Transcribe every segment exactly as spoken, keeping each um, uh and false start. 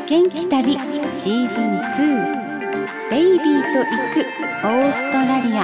元気旅シーズンツー、ベイビーと行くオーストラリア。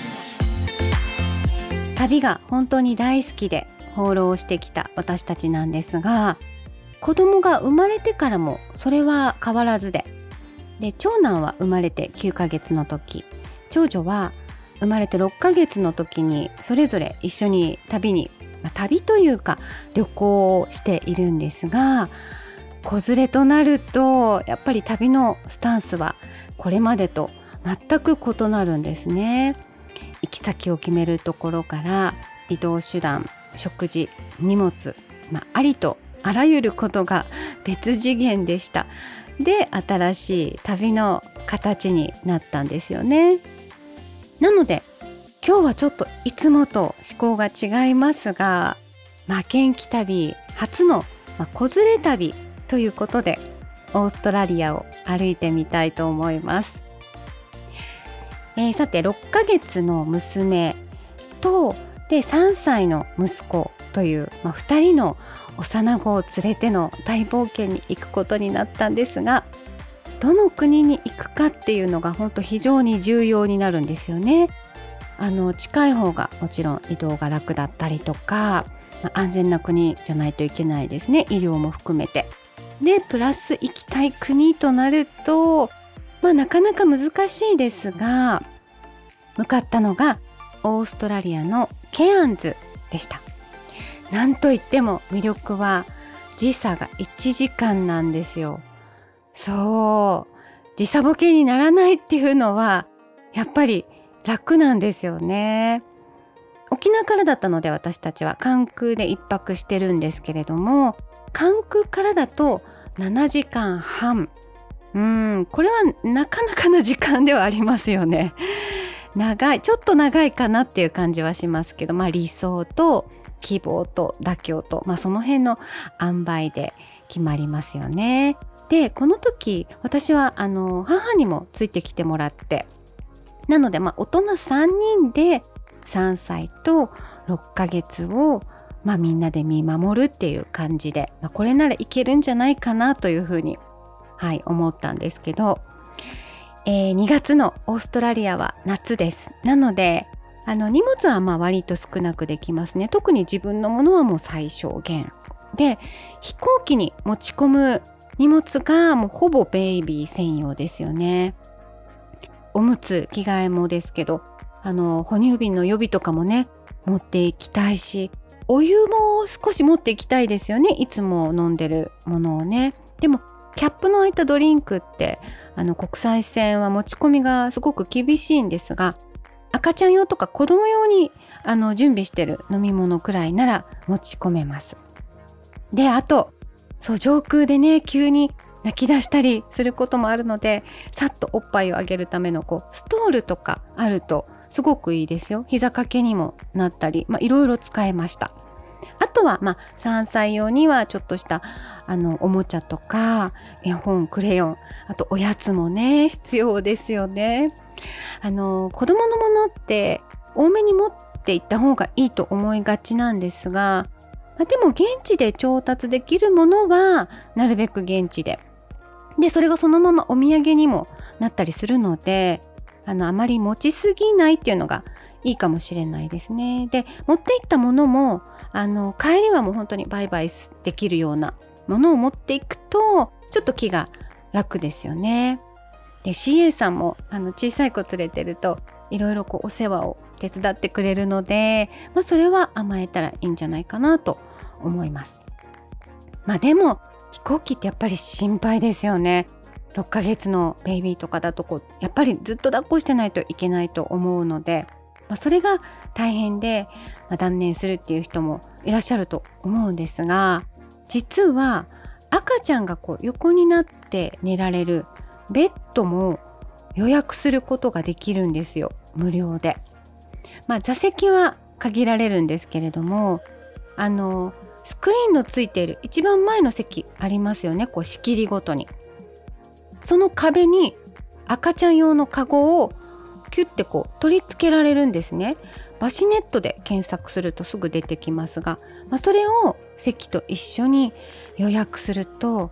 旅が本当に大好きで放浪してきた私たちなんですが、子供が生まれてからもそれは変わらずで、で長男は生まれてきゅうかげつの時、長女は生まれてろっかげつの時にそれぞれ一緒に旅に、まあ、旅というか旅行をしているんですが、子連れとなるとやっぱり旅のスタンスはこれまでと全く異なるんですね。行き先を決めるところから移動手段、食事、荷物、まあ、ありとあらゆることが別次元でした。で、新しい旅の形になったんですよね。なので今日はちょっといつもと思考が違いますが、負けん気旅初の、まあ、子連れ旅ということでオーストラリアを歩いてみたいと思います。えー、さてろっかげつの娘とでさんさいの息子という、まあ、ふたりの幼子を連れての大冒険に行くことになったんですが、どの国に行くかっていうのが本当非常に重要になるんですよね。あの近い方がもちろん移動が楽だったりとか、まあ、安全な国じゃないといけないですね、医療も含めて。でプラス行きたい国となると、まあ、なかなか難しいですが、向かったのがオーストラリアのケアンズでした。なんといっても魅力は時差がいちじかんなんですよ。そう時差ボケにならないっていうのはやっぱり楽なんですよね。沖縄からだったので私たちは関空で一泊してるんですけれども、関空からだとななじかんはん、うーんこれはなかなかな時間ではありますよね。長い、ちょっと長いかなっていう感じはしますけど、まあ理想と希望と妥協と、まあ、その辺の塩梅で決まりますよね。でこの時私はあの母にもついてきてもらって、なのでまあ大人さんにんでさんさいとろっかげつを、まあ、みんなで見守るっていう感じで、まあ、これならいけるんじゃないかなというふうに、はい、思ったんですけど、えー、にがつのオーストラリアは夏です。なのであの荷物はまあ割と少なくできますね。特に自分のものはもう最小限で、飛行機に持ち込む荷物がもうほぼベイビー専用ですよね。おむつ、着替えもですけど、あの哺乳瓶の予備とかもね持っていきたいし、お湯も少し持っていきたいですよね、いつも飲んでるものをね。でもキャップの開いたドリンクってあの国際線は持ち込みがすごく厳しいんですが、赤ちゃん用とか子供用にあの準備してる飲み物くらいなら持ち込めます。であとそう上空でね急に泣き出したりすることもあるので、さっとおっぱいをあげるためのこうストールとかあるとすごくいいですよ。膝掛けにもなったり、まあ、いろいろ使えました。あとは、まあ、さんさい用にはちょっとしたあのおもちゃとか絵本、クレヨン、あとおやつもね必要ですよね。あの子供のものって多めに持っていった方がいいと思いがちなんですが、まあ、でも現地で調達できるものはなるべく現地で、でそれがそのままお土産にもなったりするので、あのあまり持ちすぎないっていうのがいいかもしれないですね。で持っていったものもあの帰りはもう本当にバイバイできるようなものを持っていくとちょっと気が楽ですよね。で シーエー さんもあの小さい子連れてるといろいろこうお世話を手伝ってくれるので、まあ、それは甘えたらいいんじゃないかなと思います。まあでも飛行機ってやっぱり心配ですよね。ろっかげつのベイビーとかだとこうやっぱりずっと抱っこしてないといけないと思うので、まあ、それが大変で、まあ、断念するっていう人もいらっしゃると思うんですが、実は赤ちゃんがこう横になって寝られるベッドも予約することができるんですよ、無料で。まあ座席は限られるんですけれども、あのスクリーンのついている一番前の席ありますよね、こう仕切りごとに。その壁に赤ちゃん用のカゴをキュッてこう取り付けられるんですね。バシネットで検索するとすぐ出てきますが、まあ、それを席と一緒に予約すると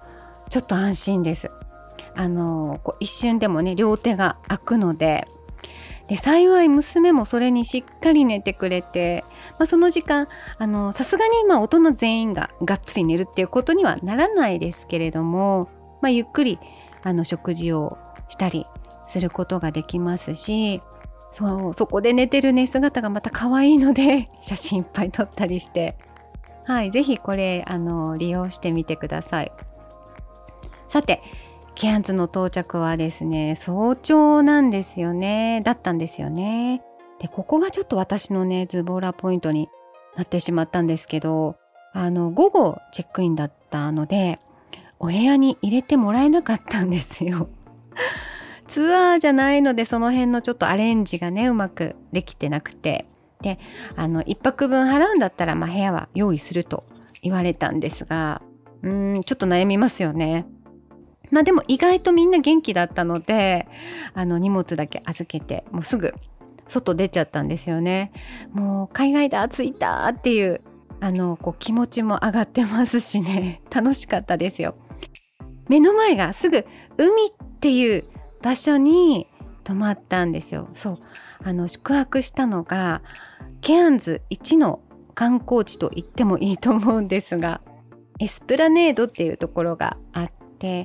ちょっと安心です。あのこう一瞬でもね両手が空くので、で幸い娘もそれにしっかり寝てくれて、まあ、その時間あのさすがにまあ大人全員ががっつり寝るっていうことにはならないですけれども、まあ、ゆっくりあの食事をしたりすることができますし、そうそこで寝てるね姿がまた可愛いので写真いっぱい撮ったりして、はい、ぜひこれあの利用してみてください。さてケアンズの到着はですね早朝なんですよねだったんですよね。でここがちょっと私のねズボラポイントになってしまったんですけど、あの午後チェックインだったのでお部屋に入れてもらえなかったんですよツアーじゃないのでその辺のちょっとアレンジがねうまくできてなくて、であのいっぱくぶん払うんだったら、まあ、部屋は用意すると言われたんですが、うーんちょっと悩みますよね。まあでも意外とみんな元気だったので、あの荷物だけ預けてもうすぐ外出ちゃったんですよね。もう海外だ着いたっていうあのこう気持ちも上がってますしね楽しかったですよ。目の前がすぐ海っていう場所に泊まったんですよ。そうあの宿泊したのがケアンズ一の観光地と言ってもいいと思うんですが、エスプラネードっていうところがあって、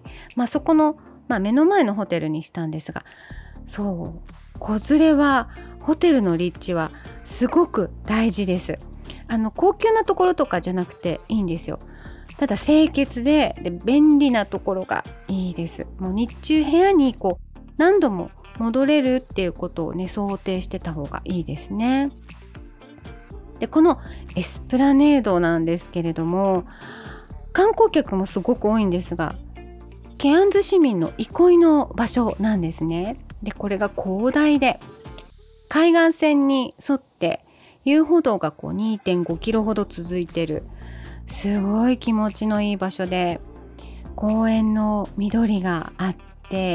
まあ、そこの、まあ、目の前のホテルにしたんですが、そう子連れはホテルの立地はすごく大事です。あの高級なところとかじゃなくていいんですよ。ただ清潔 で, で便利なところがいいです。もう日中部屋にこう何度も戻れるっていうことをね想定してた方がいいですね。でこのエスプラネードなんですけれども、観光客もすごく多いんですがケアンズ市民の憩いの場所なんですね。でこれが広大で海岸線に沿って遊歩道がこう にてんごキロほど続いてるすごい気持ちのいい場所で、公園の緑があって、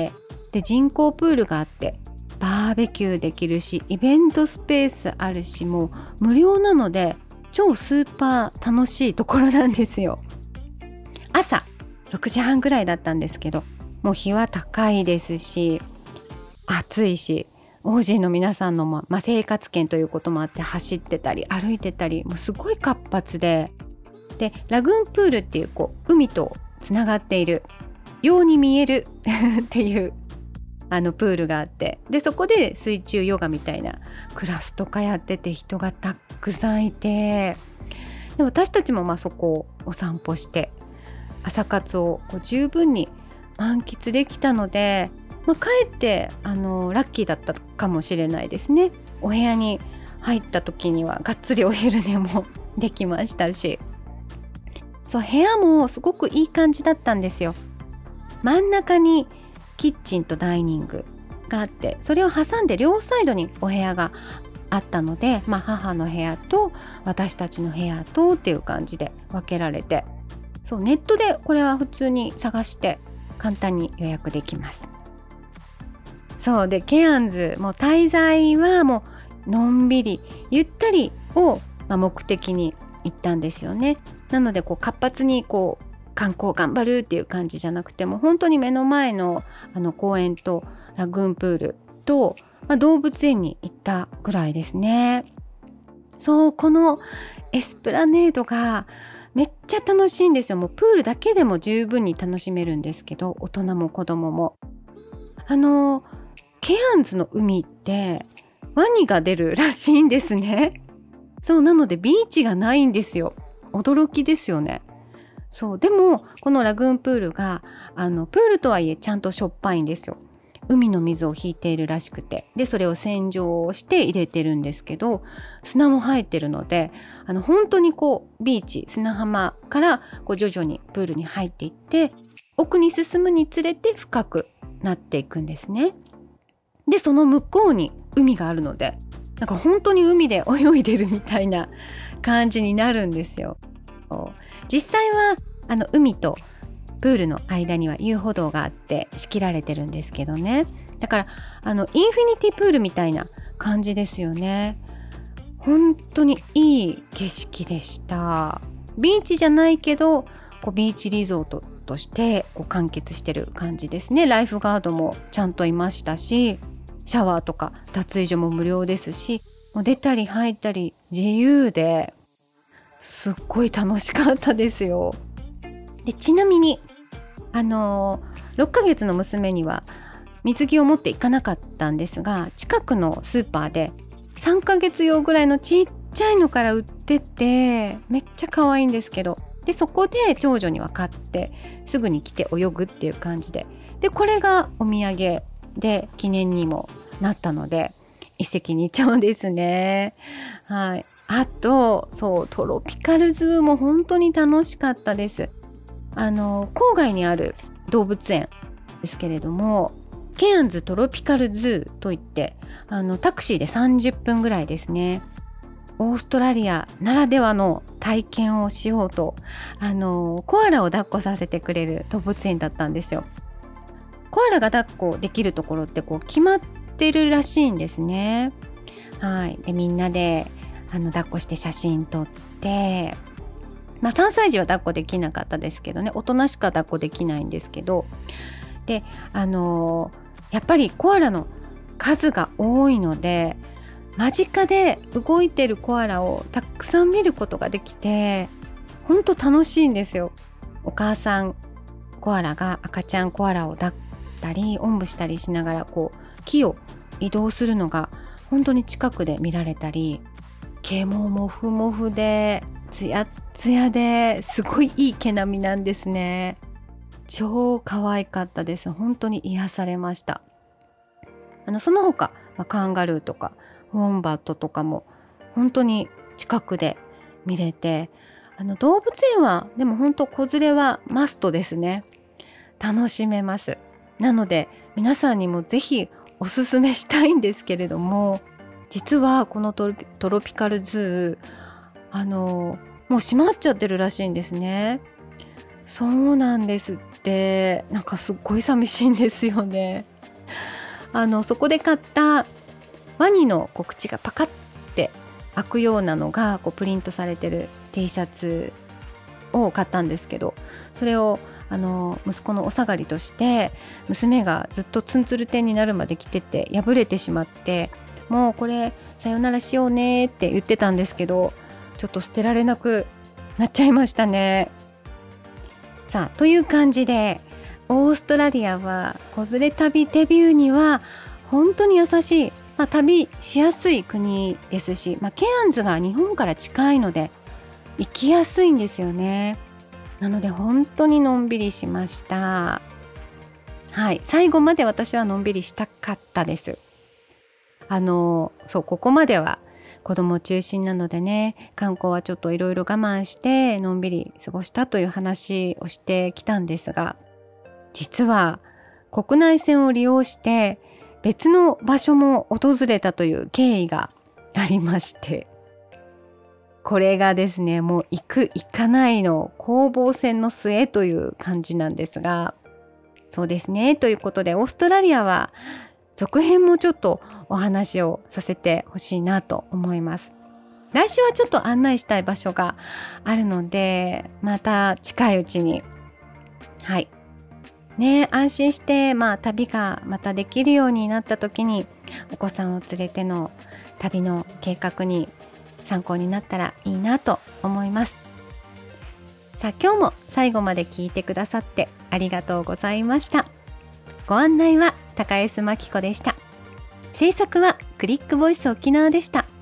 で人工プールがあってバーベキューできるしイベントスペースあるし、もう無料なので超スーパー楽しいところなんですよ。朝ろくじはんぐらいだったんですけど、もう日は高いですし暑いし、オージーの皆さんの、ままあ、生活圏ということもあって走ってたり歩いてたり、もうすごい活発で、でラグーンプールっていうこう海とつながっているように見えるっていうあのプールがあって、でそこで水中ヨガみたいなクラスとかやってて人がたくさんいて、で私たちもまあそこをお散歩して朝活をこう十分に満喫できたので、まあ、かえってあのラッキーだったかもしれないですね。お部屋に入った時にはがっつりお昼寝もできましたし、そう部屋もすごくいい感じだったんですよ。真ん中にキッチンとダイニングがあって、それを挟んで両サイドにお部屋があったので、まあ、母の部屋と私たちの部屋とっていう感じで分けられて、そうネットでこれは普通に探して簡単に予約できます。そうでケアンズもう滞在はもうのんびりゆったりを、まあ、目的に行ったんですよね。なのでこう活発にこう観光頑張るっていう感じじゃなくて、も本当に目の前のあの公園とラグーンプールと、まあ、動物園に行ったぐらいですね。そうこのエスプラネードがめっちゃ楽しいんですよ。もうプールだけでも十分に楽しめるんですけど、大人も子供もあのケアンズの海ってワニが出るらしいんですね。そうなのでビーチがないんですよ。驚きですよね。そうでもこのラグーンプールがあのプールとはいえちゃんとしょっぱいんですよ。海の水を引いているらしくて、でそれを洗浄して入れてるんですけど、砂も入ってるのであの本当にこうビーチ砂浜からこう徐々にプールに入っていって、奥に進むにつれて深くなっていくんですね。でその向こうに海があるので、なんか本当に海で泳いでるみたいな感じになるんですよ。実際はあの海とプールの間には遊歩道があって仕切られてるんですけどね。だからあのインフィニティプールみたいな感じですよね。本当にいい景色でした。ビーチじゃないけどこうビーチリゾートっとしてこう完結してる感じですね。ライフガードもちゃんといましたし、シャワーとか脱衣所も無料ですし、もう出たり入ったり自由ですっごい楽しかったですよ。でちなみにあのろっかげつの娘には水着を持っていかなかったんですが、近くのスーパーでさんかげつ用ぐらいのちっちゃいのから売ってて、めっちゃ可愛いんですけど、でそこで長女には買ってすぐに着て泳ぐっていう感じで、でこれがお土産で記念にもなったので一石二鳥ですね。はい。あとそうトロピカルズーも本当に楽しかったです。あの郊外にある動物園ですけれども、ケアンズトロピカルズーといって、あのタクシーでさんじゅっぷんぐらいですね。オーストラリアならではの体験をしようと、あのコアラを抱っこさせてくれる動物園だったんですよ。コアラが抱っこできるところってこう決まってるらしいんですね。はい。でみんなであの抱っこして写真撮って、まあ、さんさい児は抱っこできなかったですけどね、大人しか抱っこできないんですけど、であのやっぱりコアラの数が多いので、間近で動いてるコアラをたくさん見ることができて、本当楽しいんですよ。お母さんコアラが赤ちゃんコアラを抱ったりおんぶしたりしながらこう木を移動するのが本当に近くで見られたり、毛ももふもふでツヤツヤですごいいい毛並みなんですね。超可愛かったです。本当に癒されました。あのその他、まあ、カンガルーとかウォンバットとかも本当に近くで見れて、あの動物園はでも本当子連れはマストですね。楽しめます。なので皆さんにもぜひおすすめしたいんですけれども、実はこのトロピ、トロピカルズーあのもう閉まっちゃってるらしいんですね。そうなんですって。なんかすっごい寂しいんですよね。あのそこで買ったワニのこう口がパカッて開くようなのがこうプリントされてる T シャツを買ったんですけど、それをあの息子のお下がりとして娘がずっとツンツルテンになるまで着てて破れてしまって、もうこれさよならしようねって言ってたんですけど、ちょっと捨てられなくなっちゃいましたね。さあという感じで、オーストラリアは子連れ旅デビューには本当に優しい、まあ、旅しやすい国ですし、まあ、ケアンズが日本から近いので行きやすいんですよね。なので本当にのんびりしました。はい、最後まで私はのんびりしたかったです。あのそうここまでは子供中心なのでね、観光はちょっといろいろ我慢してのんびり過ごしたという話をしてきたんですが、実は国内線を利用して別の場所も訪れたという経緯がありまして、これがですね、もう行く行かないの攻防戦の末という感じなんですが、そうですね、ということでオーストラリアは続編もちょっとお話をさせてほしいなと思います。来週はちょっと案内したい場所があるので、また近いうちに、はいね、安心して、まあ、旅がまたできるようになった時にお子さんを連れての旅の計画に参考になったらいいなと思います。さあ今日も最後まで聞いてくださってありがとうございました。ご案内は高安真紀子でした。制作はクリックボイス沖縄でした。